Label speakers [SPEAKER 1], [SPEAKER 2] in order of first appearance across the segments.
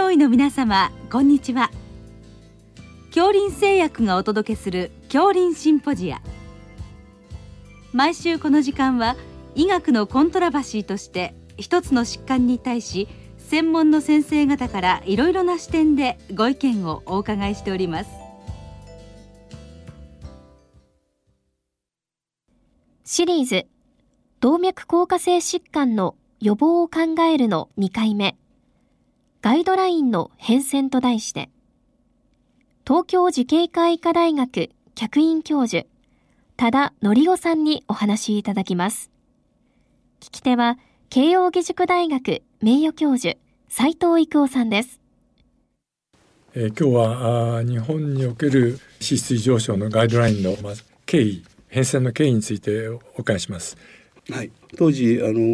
[SPEAKER 1] 医の皆様、こんにちは。杏林製薬がお届けする杏林シンポジア。毎週この時間は医学のコントラバシーとして一つの疾患に対し専門の先生方からいろいろな視点でご意見をお伺いしております。
[SPEAKER 2] シリーズ動脈硬化性疾患の予防を考えるの2回目、ガイドラインの変遷と題して、東京慈恵会医科大学客員教授多田則夫さんにお話しいただきます。聞き手は慶應義塾大学名誉教授斉藤育夫さんです。
[SPEAKER 3] 今日は日本における脂質異常症のガイドラインの経緯、変遷の経緯についてお伺いします。
[SPEAKER 4] はい、当時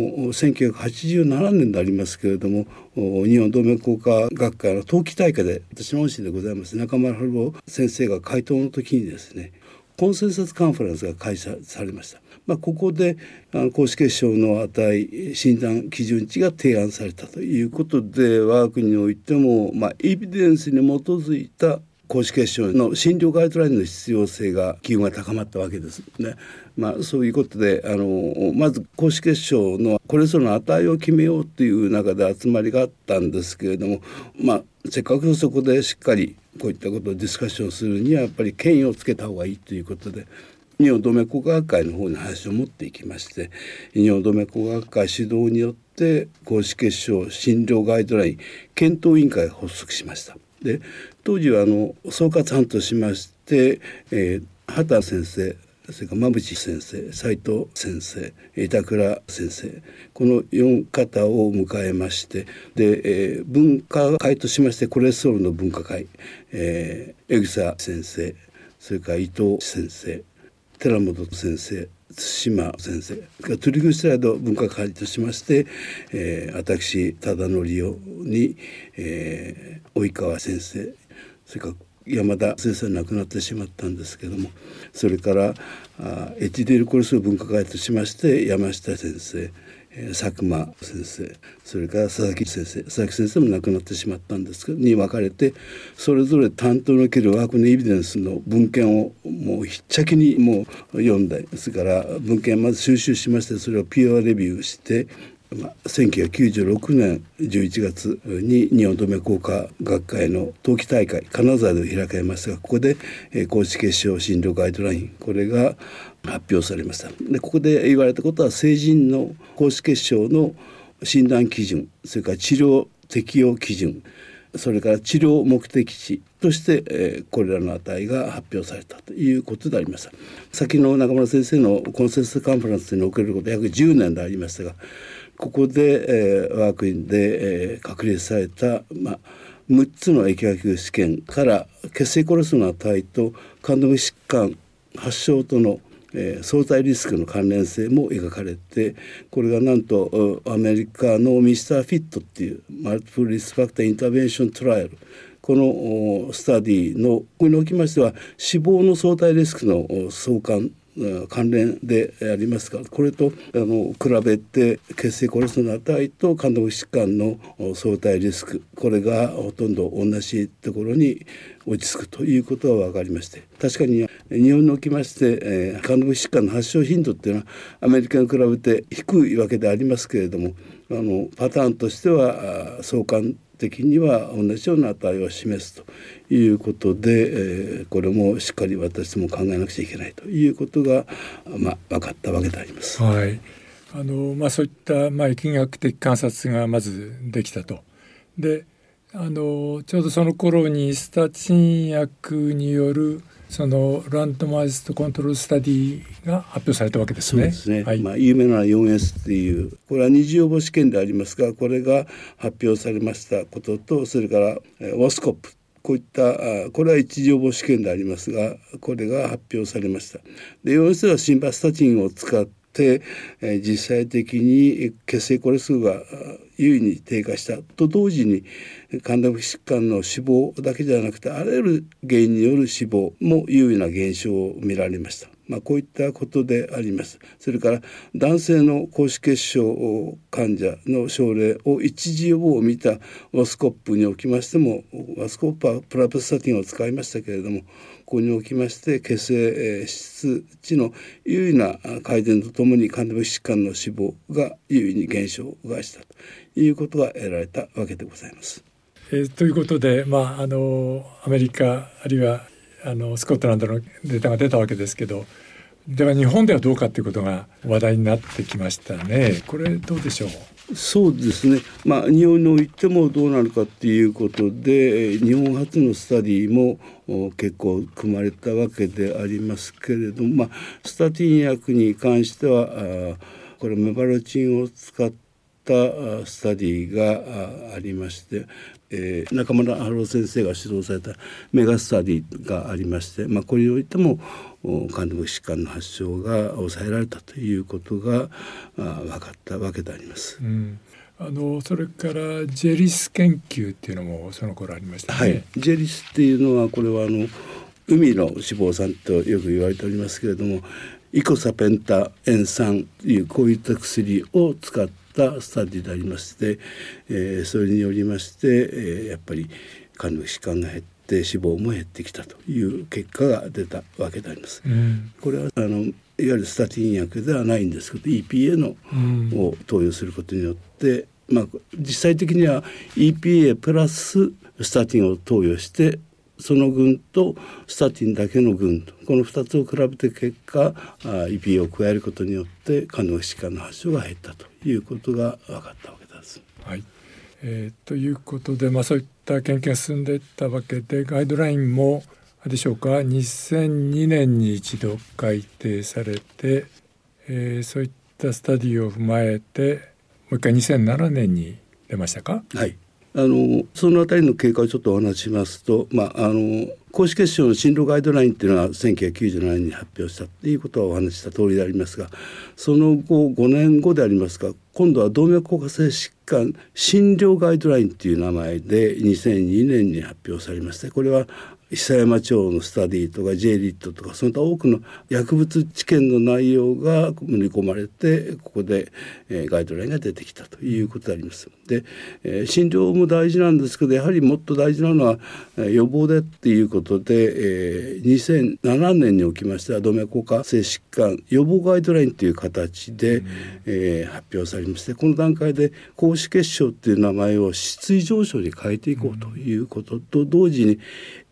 [SPEAKER 4] 1987年でありますけれども、日本動脈硬化学会の冬季大会で、私の恩師でございます中村春夫先生が回答の時にですね、コンセンサスカンファレンスが開催されました。ここで高脂血症の値、診断基準値が提案されたということで、我が国においても、エビデンスに基づいた高脂血症の診療ガイドラインの必要性が機運が高まったわけですね。そういうことでまず高脂血症のコレステロールの値を決めようという中で集まりがあったんですけれども、せっかくそこでしっかりこういったことをディスカッションするにはやっぱり権威をつけた方がいいということで、日本動脈硬化学会の方に話を持っていきまして、日本動脈硬化学会主導によって高脂血症診療ガイドライン検討委員会が発足しました。で、当時は総括班としまして、畑先生、それから馬淵先生、斉藤先生、板倉先生、この4方を迎えまして、で、分科会としましてコレステロールの分科会、江草先生、それから伊藤先生、寺本先生、対馬先生、トリグリセライド分科会としまして、私多田則夫に、及川先生、それから山田先生亡くなってしまったんですけども、それからHDL コレステロール分科会としまして山下先生、佐久間先生、それから佐々木先生も亡くなってしまったんですけどに分かれて、それぞれ担当のおける我が国のエビデンスの文献をもうひっちゃきにもう読んで、それから文献まず収集しまして、それをピアレビューして、1996年11月に日本動脈硬化学会の冬季大会金沢で開かれましたが、ここで高脂血症診療ガイドライン、これが発表されました。で、ここで言われたことは、成人の高脂血症の診断基準、それから治療適用基準、それから治療目的地として、これらの値が発表されたということでありました。先の中村先生のコンセンサスカンファレンスにおけること約10年でありましたが、ここで、我が国で、確立された、6つの疫学試験から血清コレステロールの値と冠動脈疾患発症との相対リスクの関連性も描かれて、これがなんとアメリカのミスターフィットっていうマルティプルリスクファクターインターベンショントライアル、このスタディのここにおきましては死亡の相対リスクの相関関連でありますが、これと比べて血清コレステロールの値と冠動脈疾患の相対リスク、これがほとんど同じところに落ち着くということが分かりまして、確かに日本におきまして、冠動脈疾患の発症頻度っていうのはアメリカに比べて低いわけでありますけれども、パターンとしては相関的には同じような値を示すということで、これもしっかり私も考えなくちゃいけないということが、分かったわけであります。
[SPEAKER 3] はい、そういった、疫学的観察がまずできたと。で、ちょうどその頃にスタチン薬によるそのランドマイズドコントロールスタディが発表されたわけですね。
[SPEAKER 4] そうですね、
[SPEAKER 3] はい。
[SPEAKER 4] 有名な 4S っていう、これは二次予防試験でありますが、これが発表されましたことと、それからワスコップ、こういったこれは一次予防試験でありますが、これが発表されました。で、4S はシンバスタチンを使って実際的に血清コレステロールが優位に低下したと同時に、冠動脈疾患の死亡だけではなくて、あらゆる原因による死亡も優位な減少を見られました。 こういったことであります。それから男性の高脂血症患者の症例を一時予防を見たワスコップにおきましても、ワスコップはプラプスタティンを使いましたけれども、ここにおきまして血清脂質値の優位な改善とともに冠動脈疾患の死亡が優位に減少がしたということが得られたわけでございます。
[SPEAKER 3] ということで、アメリカあるいはスコットランドのデータが出たわけですけど、では日本ではどうかということが話題になってきましたね。これどうでしょう。
[SPEAKER 4] そうですね、日本においてもどうなるかということで、日本初のスタディも結構組まれたわけでありますけれども、スタティン薬に関してはこれメバルチンを使ったスタディがありまして、中村春夫先生が指導されたメガスタディがありまして、これにおいても冠動脈疾患の発症が抑えられたということが分かったわけであります。
[SPEAKER 3] それからジェリス研究っていうのもその頃ありましたね。
[SPEAKER 4] はい、ジェリスっていうのはこれは海の脂肪酸とよく言われておりますけれども、イコサペンタ塩酸というこういった薬を使ったスタディでありまして、それによりまして、やっぱり冠動脈疾患が減って脂肪も減ってきたという結果が出たわけであります。これはいわゆるスタティン薬ではないんですけど EPA を投与することによって、実際的には EPA プラススタティンを投与してその群とスタティンだけの群とこの2つを比べて結果 EPA を加えることによって冠動脈疾患の発症が減ったということが分かったわけです。
[SPEAKER 3] はい、ということで、そういった研究が進んでいったわけで、ガイドラインもでしょうか、2002年に一度改定されて、そういったスタディを踏まえてもう一回2007年に出ましたか。
[SPEAKER 4] はい、そのあたりの経過をちょっとお話ししますと、高脂血症の診療ガイドラインっていうのは1997年に発表したということはお話しした通りでありますが、その後5年後でありますが、今度は動脈硬化性疾患診療ガイドラインという名前で2002年に発表されまして、これは久山町のスタディとか J リットとかその他多くの薬物治験の内容が盛り込まれて、ここで、ガイドラインが出てきたということであります。で、診療も大事なんですけど、やはりもっと大事なのは予防でっていうことで、2007年におきましては動脈硬化性疾患予防ガイドラインという形で、発表されまして、この段階で高脂血症っていう名前を脂質異常症に変えていこうということと同時に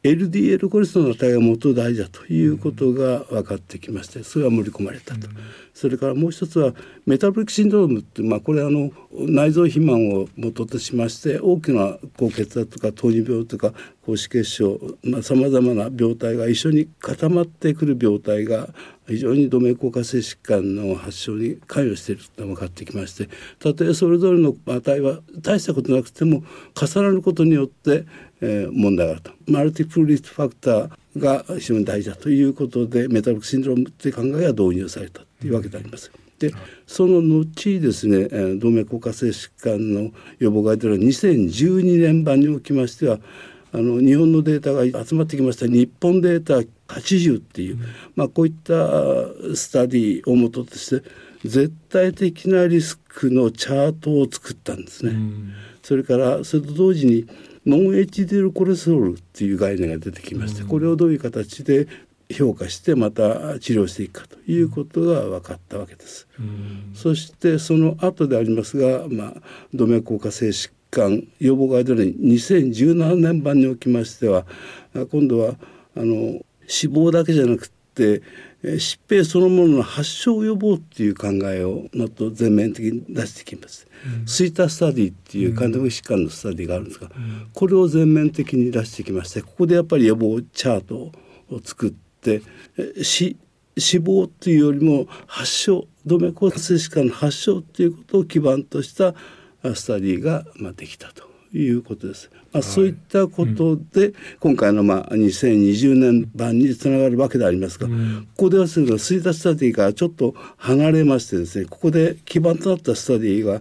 [SPEAKER 4] LDL コレステロールの値がもっと大事だということが分かってきまして、それは盛り込まれたと。それからもう一つはメタボリックシンドロームって、これは内臓肥満を元としまして大きな高血圧とか糖尿病とか高脂血症さまざまな病態が一緒に固まってくる病態が非常に動脈硬化性疾患の発症に関与していると分かってきまして、たとえそれぞれの値は大したことなくても重なることによって問題があると。マルティプルリスクファクターが非常に大事だということでメタボリックシンドロームという考えが導入されたというわけであります。でその後ですね、動脈硬化性疾患の予防ガイドライン2012年版におきましては日本のデータが集まってきました日本データ80っていう、こういったスタディをもととして絶対的なリスクのチャートを作ったんですね。それからそれと同時にノン HDL コレステロールっていう概念が出てきまして、これをどういう形で評価してまた治療していくかということが分かったわけです。そしてその後でありますが、動脈硬化性疾患予防ガイドライン2017年版におきましては今度は脂肪だけじゃなくて疾病そのものの発症予防っていう考えをもっと全面的に出してきます。スイタスタディっていう冠動脈疾患のスタディがあるんですが、これを全面的に出してきまして、ここでやっぱり予防チャートを作って死亡っていうよりも発症動脈硬化性疾患の発症っていうことを基盤としたスタディができたということです。そういったことで、今回の2020年版につながるわけでありますが、ここではスイタスタディがちょっと離れましてですね、ここで基盤となったスタディが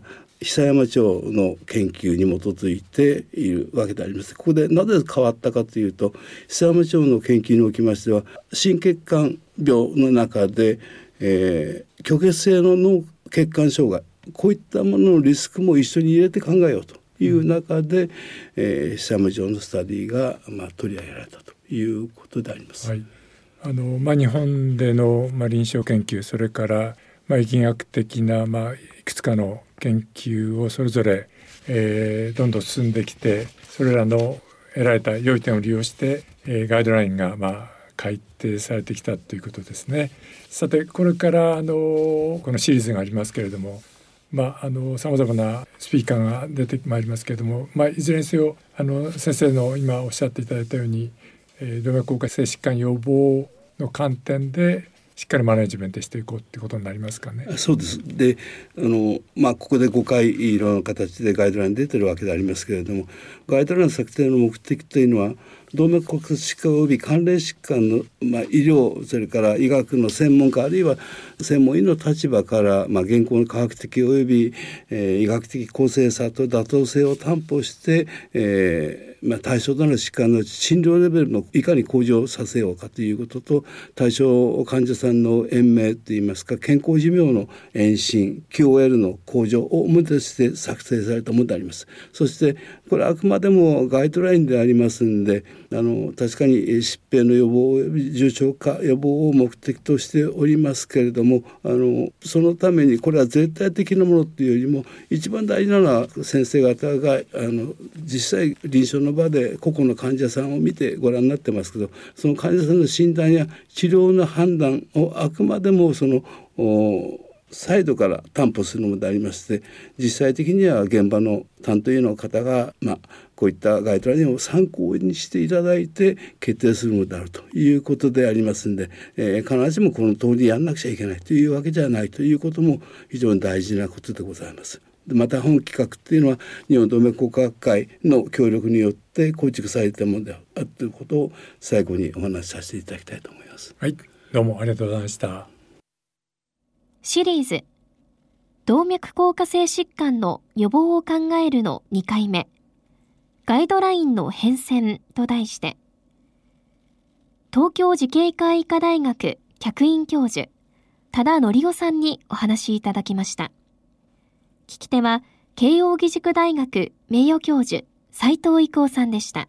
[SPEAKER 4] 久山町の研究に基づいているわけであります。ここでなぜ変わったかというと、久山町の研究におきましては心血管病の中で、虚血性の脳血管障害、こういったもののリスクも一緒に入れて考えようという中で、久山町のスタディが、取り上げられたということであります。
[SPEAKER 3] はい、日本での、臨床研究、それから、疫学的な、いくつかの研究をそれぞれ、どんどん進んできて、それらの得られた良い点を利用して、ガイドラインが、改定されてきたということですね。さて、これからこのシリーズがありますけれども、さまざまなスピーカーが出てまいりますけれども、いずれにせよ先生の今おっしゃっていただいたように、動脈硬化性疾患予防の観点でしっかりマネジメントしていこうということになりますかね。
[SPEAKER 4] そうです。で、ここで5回いろんな形でガイドライン出てるわけでありますけれども、ガイドライン策定の目的というのは、動脈硬化疾患及び関連疾患の、医療、それから医学の専門家あるいは専門医の立場から、現行の科学的及び、医学的公正さと妥当性を担保して、対象となる疾患の診療レベルのいかに向上させようかということと、対象患者さんの延命といいますか健康寿命の延伸 QOL の向上を目指して作成されたものであります。そしてこれはあくまでもガイドラインでありますので、確かに疾病の予防及び重症化予防を目的としておりますけれども、そのためにこれは絶対的なものというよりも、一番大事なのは先生方が実際臨床の場で個々の患者さんを見てご覧になってますけど、その患者さんの診断や治療の判断をあくまでもそのサイドから担保するのでありまして、実際的には現場の担当医の方が、こういったガイドラインを参考にしていただいて決定するのであるということでありますので、必ずしもこの通りやんなくちゃいけないというわけじゃないということも非常に大事なことでございます。また本企画というのは日本動脈硬化学会の協力によって構築されたものであるということを最後にお話しさせていただきたいと思います。
[SPEAKER 3] はい、どうもありがとうございました。
[SPEAKER 2] シリーズ動脈硬化性疾患の予防を考えるの2回目、ガイドラインの変遷と題して、東京慈恵会医科大学客員教授多田則夫さんにお話しいただきました。聞き手は慶應義塾大学名誉教授斉藤育夫さんでした。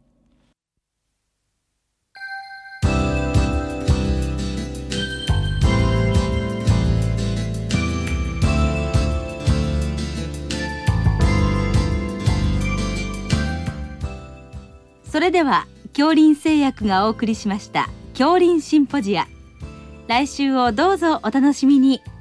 [SPEAKER 1] それでは杏林製薬がお送りしました杏林シンポジア、来週をどうぞお楽しみに。